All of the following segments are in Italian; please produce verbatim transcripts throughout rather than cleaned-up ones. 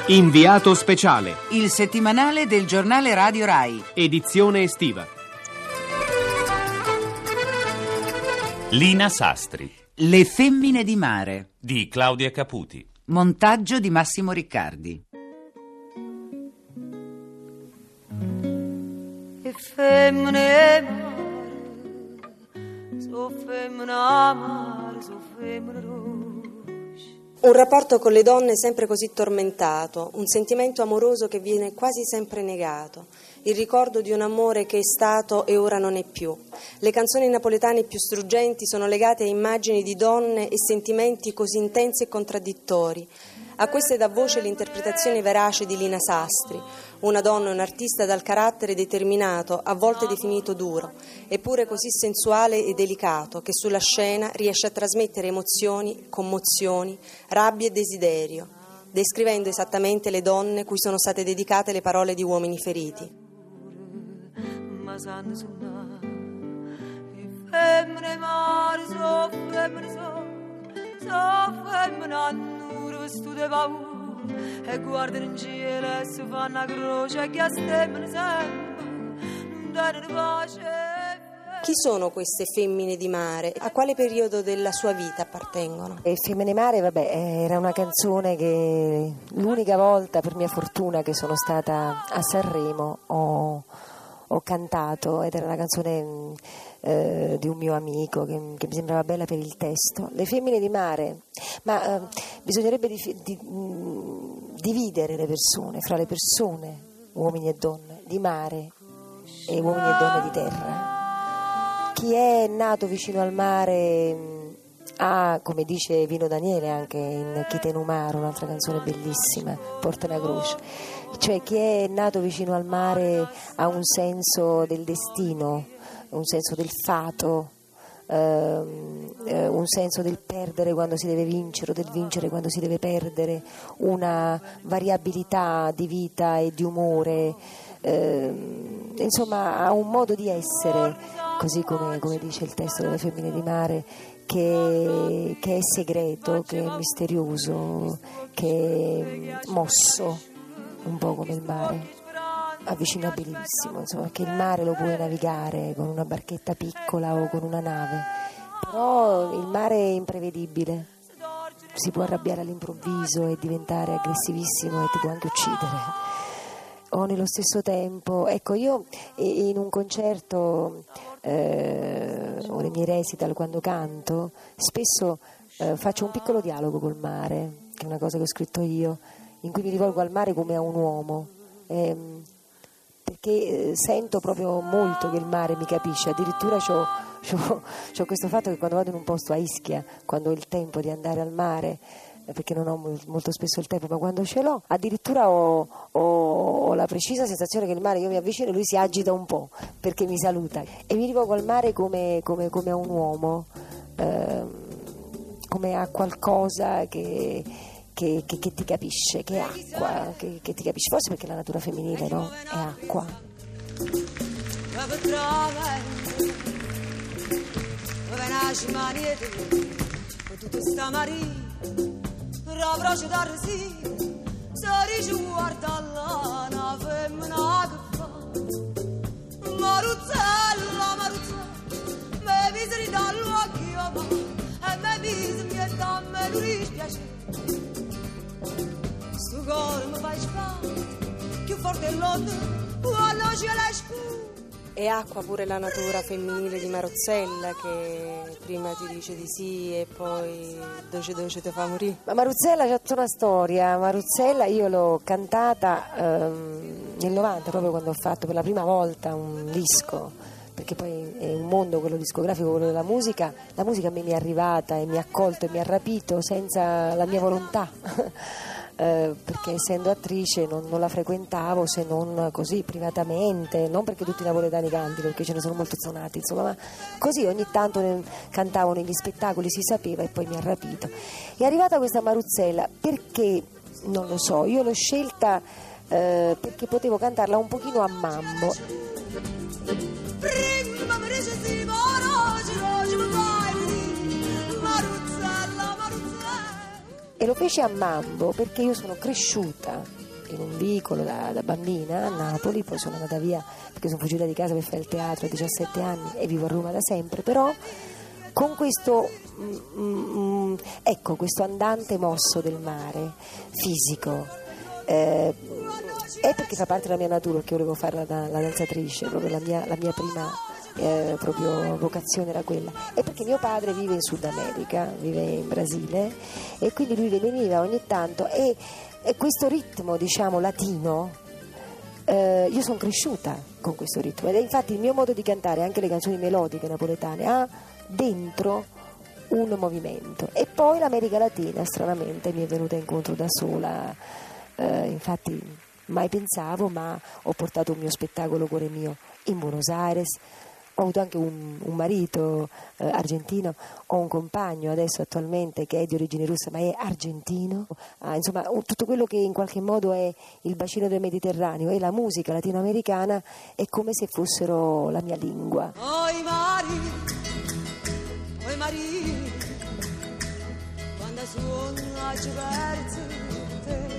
Inviato speciale. Il settimanale del giornale Radio Rai. Edizione estiva. Lina Sastri. Le femmine di mare. Di Claudia Caputi. Montaggio di Massimo Riccardi. E femmine mare, so femmina mare, so femmina rosse. Un rapporto con le donne sempre così tormentato, un sentimento amoroso che viene quasi sempre negato, il ricordo di un amore che è stato e ora non è più. Le canzoni napoletane più struggenti sono legate a immagini di donne e sentimenti così intensi e contraddittori. A queste dà voce l'interpretazione verace di Lina Sastri, una donna e un artista dal carattere determinato, a volte definito duro, eppure così sensuale e delicato, che sulla scena riesce a trasmettere emozioni, commozioni, rabbia e desiderio, descrivendo esattamente le donne cui sono state dedicate le parole di uomini feriti. Ma sanno suonare, e femmine mare, so femmine so, so femmine annure vestute paura, e guardano in cielo e si fanno a croce, e che a stemmene sempre, non danno pace. Chi sono queste femmine di mare? A quale periodo della sua vita appartengono? E Femmine Mare, vabbè, era una canzone che l'unica volta, per mia fortuna, che sono stata a Sanremo ho, ho cantato, ed era una canzone eh, di un mio amico che, che mi sembrava bella per il testo. Le femmine di mare, ma eh, bisognerebbe di, di, mh, dividere le persone, fra le persone, uomini e donne, di mare e uomini e donne di terra. Chi è nato vicino al mare ha, come dice Vino Daniele anche in Chi te numaro, un'altra canzone bellissima, Porta una croce, cioè chi è nato vicino al mare ha un senso del destino, un senso del fato, Uh, uh, un senso del perdere quando si deve vincere o del vincere quando si deve perdere, una variabilità di vita e di umore, uh, insomma ha un modo di essere, così come, come dice il testo delle Femmine di Mare, che, che è segreto, che è misterioso, che è mosso, un po' come il mare, avvicinabilissimo, insomma, che il mare lo puoi navigare con una barchetta piccola o con una nave, però il mare è imprevedibile, si può arrabbiare all'improvviso e diventare aggressivissimo e ti può anche uccidere, o nello stesso tempo, ecco, io in un concerto eh, o nei miei recital quando canto spesso eh, faccio un piccolo dialogo col mare, che è una cosa che ho scritto io, in cui mi rivolgo al mare come a un uomo, eh, perché sento proprio molto che il mare mi capisce, addirittura c'ho, c'ho, c'ho questo fatto che quando vado in un posto a Ischia, quando ho il tempo di andare al mare, perché non ho molto spesso il tempo, ma quando ce l'ho addirittura ho, ho, ho la precisa sensazione che il mare, io mi avvicino e lui si agita un po' perché mi saluta, e mi rivolgo al mare come, come, come a un uomo, eh, come a qualcosa che Che, che, che ti capisce, che è acqua, che, che ti capisce, forse perché la natura femminile, no? È acqua. Maruzzella, Maruzzella, me viseri dall'occhio, e me viseri e dammi lui dispiacere. Sto cuore mi fai spavento, più forte l'onda, quando ce l'hai scuro. È acqua pure la natura femminile di Maruzzella, che prima ti dice di sì e poi doce doce te fa morire. Ma Maruzzella c'è tutta una storia. Maruzzella io l'ho cantata ehm, nel novanta, proprio quando ho fatto per la prima volta un disco, perché poi è un mondo quello discografico, quello della musica. La musica a me mi è arrivata e mi ha accolto e mi ha rapito senza la mia volontà. Eh, perché essendo attrice non, non la frequentavo se non così privatamente, non perché tutti i napoletani cantino, perché ce ne sono molto suonati, insomma, ma così ogni tanto ne, cantavo negli spettacoli, si sapeva, e poi mi ha rapito. È arrivata questa Maruzzella perché, non lo so, io l'ho scelta eh, perché potevo cantarla un pochino a mambo. e lo feci a Mambo perché io sono cresciuta in un vicolo da, da bambina a Napoli, poi sono andata via perché sono fuggita di casa per fare il teatro a diciassette anni e vivo a Roma da sempre, però con questo mm, mm, ecco, questo andante mosso del mare fisico, eh, è perché fa parte della mia natura, perché volevo fare la, la danzatrice, proprio la mia, la mia prima eh, proprio vocazione era quella, e perché mio padre vive in Sud America, vive in Brasile, e quindi lui veniva ogni tanto, e, e questo ritmo, diciamo, latino, eh, io sono cresciuta con questo ritmo, ed è infatti il mio modo di cantare, anche le canzoni melodiche napoletane, ha dentro un movimento. E poi l'America Latina stranamente mi è venuta incontro da sola, eh, infatti mai pensavo, ma ho portato un mio spettacolo Cuore Mio in Buenos Aires, ho avuto anche un, un marito eh, argentino, ho un compagno adesso attualmente che è di origine russa ma è argentino, ah, insomma tutto quello che in qualche modo è il bacino del Mediterraneo e la musica latinoamericana è come se fossero la mia lingua. Oi mari, oi mari, quando suona ci persi te,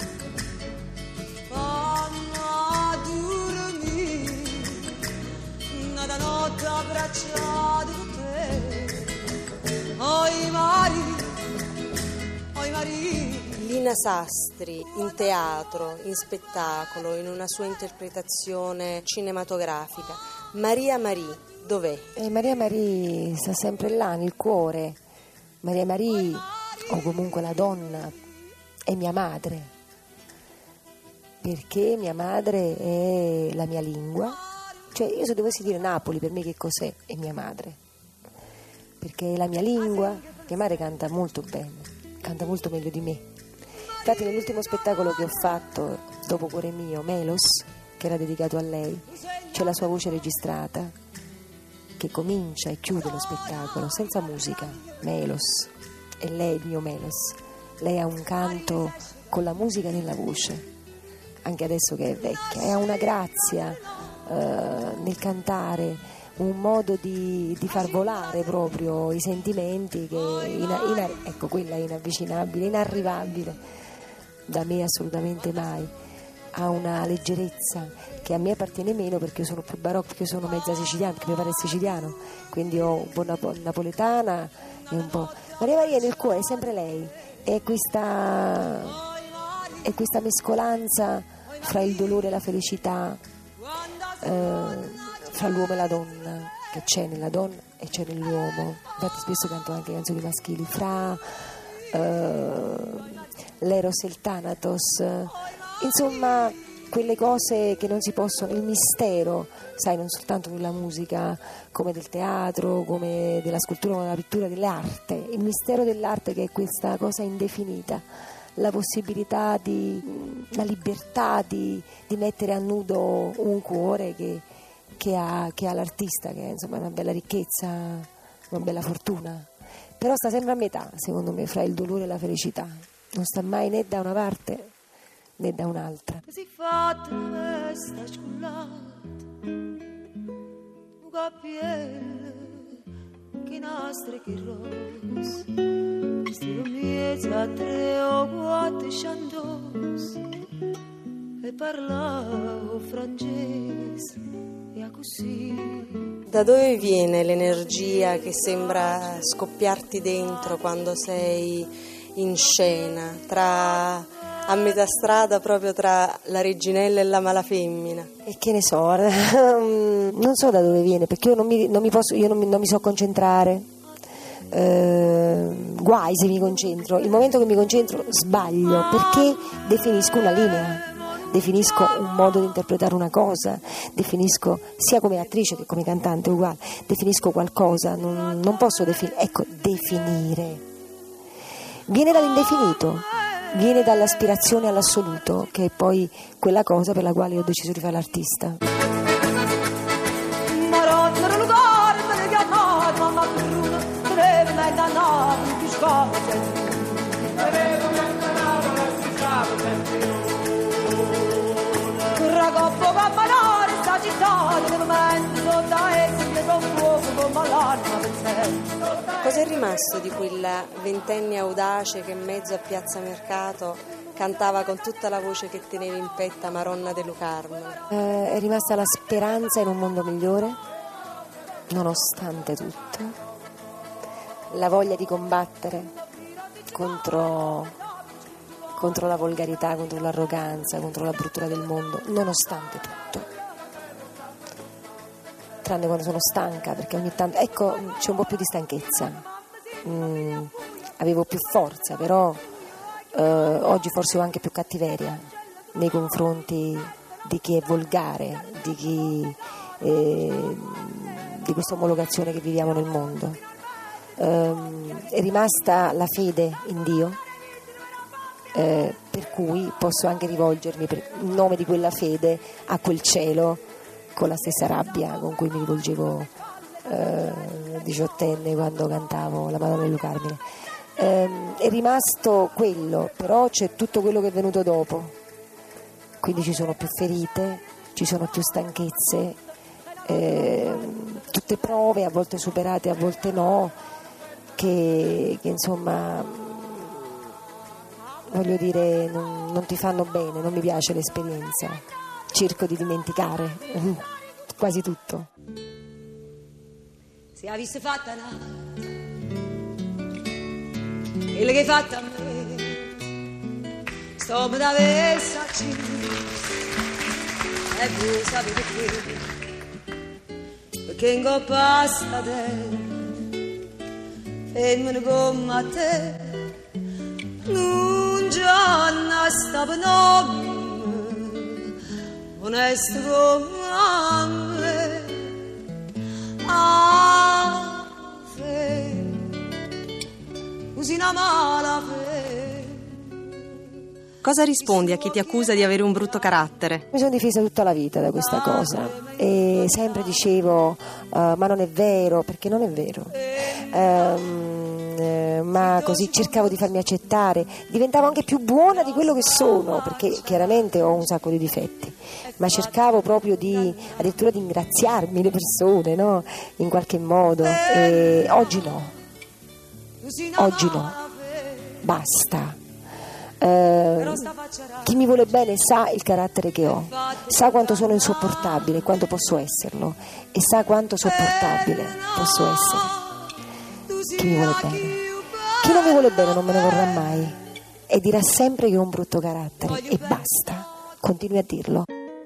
fanno dormire, nada notte abbracciato te, oi mari, oi mari. Lina Sastri in teatro, in spettacolo, in una sua interpretazione cinematografica. Maria Marie, dov'è? E Maria Marie sta sempre là, nel cuore. Maria Marie, o comunque la donna, è mia madre, perché mia madre è la mia lingua. Cioè, io se dovessi dire Napoli, per me che cos'è? È mia madre, perché è la mia lingua. Mia madre canta molto bene, canta molto meglio di me. Infatti nell'ultimo spettacolo che ho fatto dopo Cuore Mio, Melos, che era dedicato a lei, c'è la sua voce registrata che comincia e chiude lo spettacolo senza musica. Melos, e lei il mio Melos, lei ha un canto con la musica nella voce, anche adesso che è vecchia, e ha una grazia eh, nel cantare, un modo di, di far volare proprio i sentimenti che ina, ina, ecco, quella è inavvicinabile, inarrivabile da me assolutamente mai. Ha una leggerezza che a me appartiene meno perché io sono più barocca, perché io sono mezza siciliana, perché mio padre è siciliano, quindi ho un po' napo- napoletana e un po'. Maria Maria nel cuore è sempre lei, è questa, è questa mescolanza fra il dolore e la felicità, eh, fra l'uomo e la donna, che c'è nella donna e c'è nell'uomo. Infatti spesso canto anche canzoni maschili, fra eh, l'eros e il thanatos, insomma quelle cose che non si possono, il mistero, sai, non soltanto della musica, come del teatro, come della scultura, come della pittura, dell'arte, il mistero dell'arte, che è questa cosa indefinita, la possibilità di, la libertà di, di mettere a nudo un cuore che, che, ha, che ha l'artista, che è insomma una bella ricchezza, una bella fortuna, però sta sempre a metà, secondo me, fra il dolore e la felicità, non sta mai né da una parte né da un'altra. Si fatta una vesta scullata, un cappiello che nastre che rosa, stilo mezzo a tre o quattro sciandosi, e parlavo francese e così. Da dove viene l'energia che sembra scoppiarti dentro quando sei in scena, tra a metà strada proprio tra la Reginella e la Malafemmina? E che ne so, non so da dove viene, perché io non mi, non mi posso, io non mi, non mi so concentrare, eh, guai se mi concentro, il momento che mi concentro sbaglio, perché definisco una linea, definisco un modo di interpretare una cosa, definisco sia come attrice che come cantante uguale, definisco qualcosa, non, non posso definire, ecco, definire viene dall'indefinito, viene dall'aspirazione all'assoluto, che è poi quella cosa per la quale ho deciso di fare l'artista. Ragazzo campanare sta città, nel momento da essere con fuoco con l'anima per te. Cos'è rimasto di quella ventenne audace che in mezzo a Piazza Mercato cantava con tutta la voce che tenevi in petta Maronna de Lucarno? Eh, è rimasta la speranza in un mondo migliore, nonostante tutto, la voglia di combattere contro, contro la volgarità, contro l'arroganza, contro la bruttura del mondo, nonostante tutto. Tranne quando sono stanca, perché ogni tanto, ecco, c'è un po' più di stanchezza. Mm, avevo più forza, però eh, oggi forse ho anche più cattiveria nei confronti di chi è volgare, di chi eh, di questa omologazione che viviamo nel mondo. Eh, è rimasta la fede in Dio, eh, per cui posso anche rivolgermi per, in nome di quella fede a quel cielo con la stessa rabbia con cui mi rivolgevo eh, diciottenne quando cantavo la Madonna del Carmine. Eh, è rimasto quello, però c'è tutto quello che è venuto dopo, quindi ci sono più ferite, ci sono più stanchezze, eh, tutte prove a volte superate, a volte no, che, che insomma voglio dire non, non ti fanno bene, non mi piace l'esperienza, cerco di dimenticare quasi tutto. Se avessi fatta là quello che hai fatto a me, sto da vessarci e voi sapete perché, perché in coppa sta te femmine come a te non già sta per noi onesto come me. Ah, fe, usi una mala fe. Cosa rispondi a chi ti accusa di avere un brutto carattere? Mi sono difesa tutta la vita da questa cosa e sempre dicevo uh, ma non è vero, perché non è vero. Um, eh, ma così cercavo di farmi accettare, diventavo anche più buona di quello che sono, perché chiaramente ho un sacco di difetti, ma cercavo proprio di addirittura di ingraziarmi le persone, no? In qualche modo. E oggi no, oggi no, basta. Uh, chi mi vuole bene sa il carattere che ho, sa quanto sono insopportabile, quanto posso esserlo, e sa quanto sopportabile posso essere. Chi mi vuole bene, chi non mi vuole bene non me ne vorrà mai e dirà sempre che ho un brutto carattere e basta, continui a dirlo.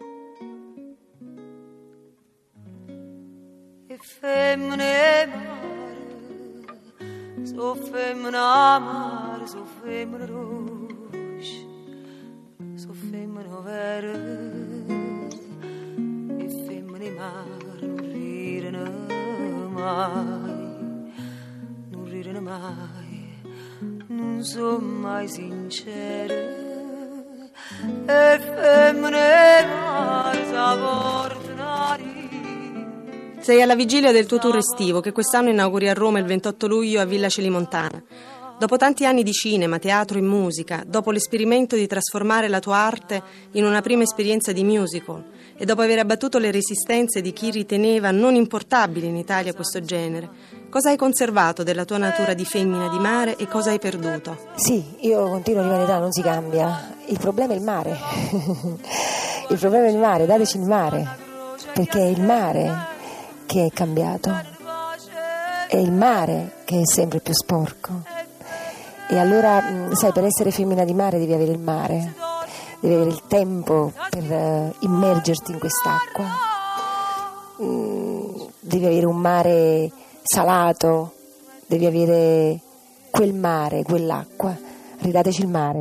E femmine mare, so femmine amare, so femmine rosse, so femmine vere, e femmine mare non ridono mai. Mai, non sono mai sincere e femmine mai s'avvortunari. Sei alla vigilia del tuo tour estivo che quest'anno inauguri a Roma il ventotto luglio a Villa Celimontana. Dopo tanti anni di cinema, teatro e musica, dopo l'esperimento di trasformare la tua arte in una prima esperienza di musical e dopo aver abbattuto le resistenze di chi riteneva non importabile in Italia questo genere, cosa hai conservato della tua natura di femmina di mare e cosa hai perduto? Sì, io continuo di vanità, non si cambia. Il problema è il mare. Il problema è il mare, dateci il mare, perché è il mare che è cambiato. È il mare che è sempre più sporco. E allora, sai, per essere femmina di mare devi avere il mare, devi avere il tempo per uh, immergerti in quest'acqua, mm, devi avere un mare salato, devi avere quel mare, quell'acqua. Ridateci il mare.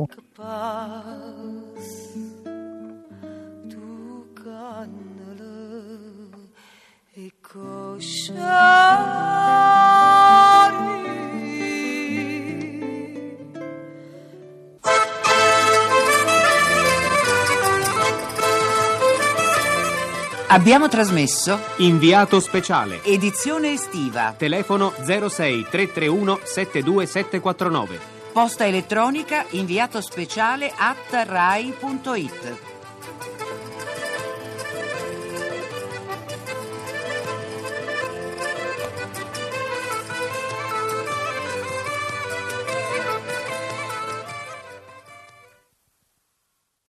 Abbiamo trasmesso Inviato speciale. edizione estiva, Telefono zero sei tre tre uno sette due sette quattro nove. posta elettronica inviato speciale at rai punto it.